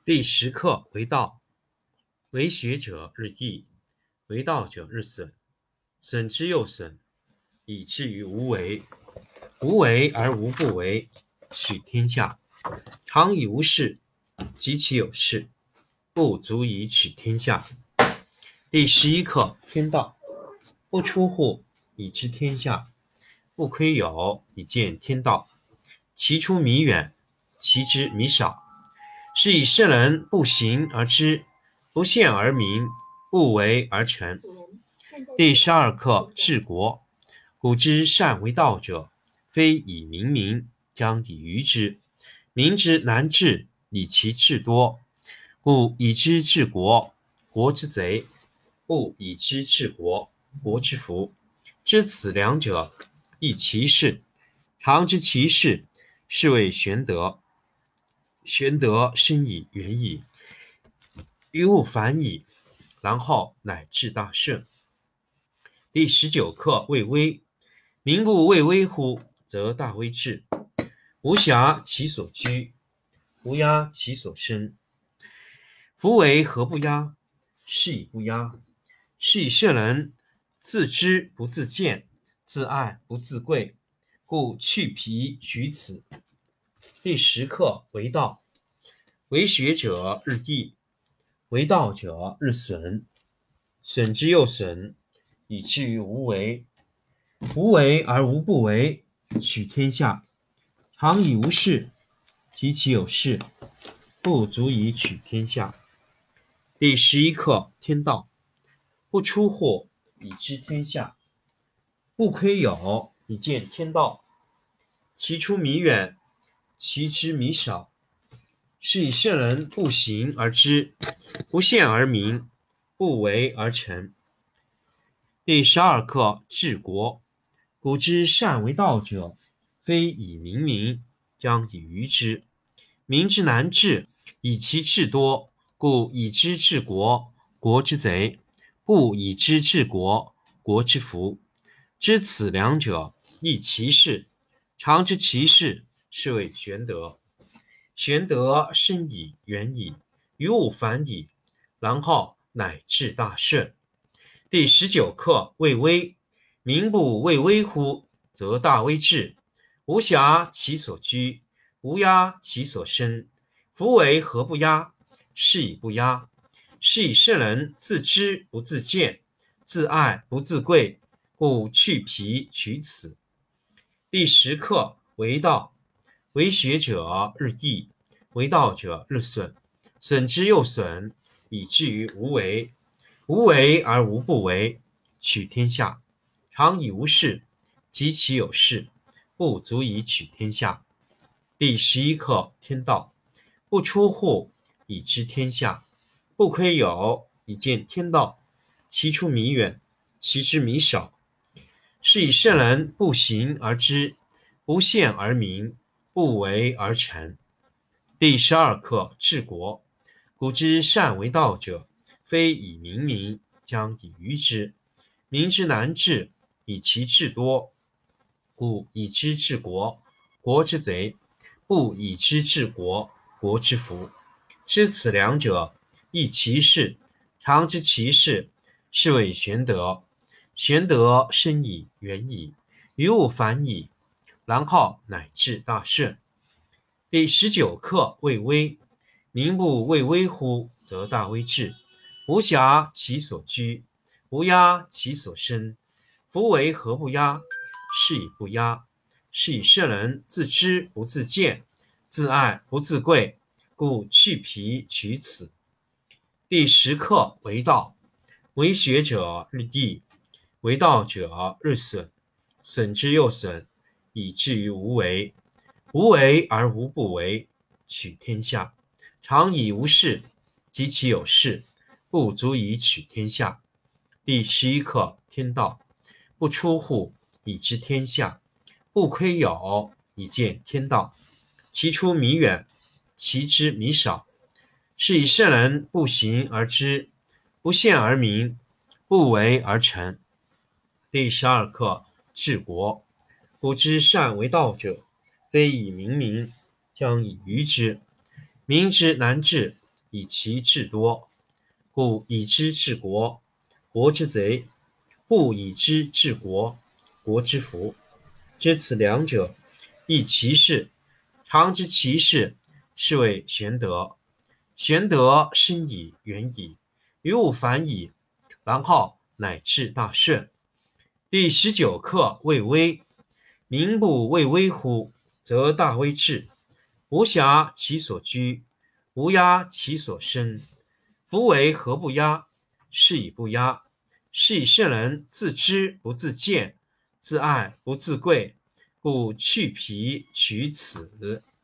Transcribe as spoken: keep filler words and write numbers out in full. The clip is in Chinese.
第十课为道，为学者日益，为道者日损，损之又损，以至于无为。无为而无不为，取天下常以无事，及其有事，不足以取天下。第十一课天道，不出户，以知天下；不窥有，以见天道。其出弥远，其知弥少。是以圣人不行而知，不见而明，不为而成。第十二课治国。古之善为道者，非以明民，将以愚之。民之难治，以其智多。故以知治国，国之贼；不以知治国，国之福。知此两者，亦其事。常知其事，是谓玄德。玄德深矣，远矣，于物反矣，然后乃至大顺。第十九课为微。民不畏微乎，则大威至。无暇其所居，无压其所生。夫为何不压？是以不压。是以圣人自知不自见，自爱不自贵，故去皮取此。第十课为道，为学者日益，为道者日损，损之又损，以至于无为。无为而无不为，取天下常以无事，及其有事，不足以取天下。第十一课天道，不出户，以知天下；不窥有，以见天道。其出弥远，其知弥少。是以圣人不行而知，不见而明，不为而成。第十二课治国。古之善为道者，非以明民，将以愚之。民之难治，以其智多。故以知治国，国之贼；不以知治国，国之福。知此两者，亦其事。常知其事，是谓玄德。玄德深矣，远矣，于物反矣，然后乃至大顺。第十九课为微。民不畏微乎，则大威至。无暇其所居，无压其所生。夫为何不压？是以不压。是以圣人自知不自见，自爱不自贵，故去皮取此。第十课为道，为学者日益，为道者日损，损之又损，以至于无为。无为而无不为，取天下常以无事，及其有事，不足以取天下。第十一课天道，不出户，以知天下；不窥有，以见天道。其出弥远，其知弥少。是以圣人不行而知，不见而明，不为而成。第十二课治国。古之善为道者，非以明民，将以愚之。民之难治，以其智多。故以知治国，国之贼；不以知治国，国之福。知此两者，亦其事。常知其事，是谓玄德。玄德深矣，远矣，于物反矣，然后乃至大顺。第十九课为微。民不畏微乎，则大威至。无暇其所居，无压其所生。夫为何不压？是以不压。是以圣人自知不自见，自爱不自贵，故去皮取此。第十课为道，为学者日益，为道者日损，损之又损，以至于无为。无为而无不为，取天下常以无事，及其有事，不足以取天下。第十一课天道，不出户，以知天下；不窥有，以见天道。其出弥远，其知弥少。是以圣人不行而知，不见而明，不为而成。第十二课治国。古之善为道者，非以明民，将以愚之。民之难治， 以其智多，故以之治国，国之贼；不以之治国，国之福。知此两者，亦其事。常知其事，是谓玄德。玄德深矣，远矣，于物反矣，然后乃至大顺。第十九课：畏威。民不畏威乎，则大威至。无暇其所居，无压其所生。夫为何不压？是以不压。是以圣人自知不自见，自爱不自贵，故去皮取此。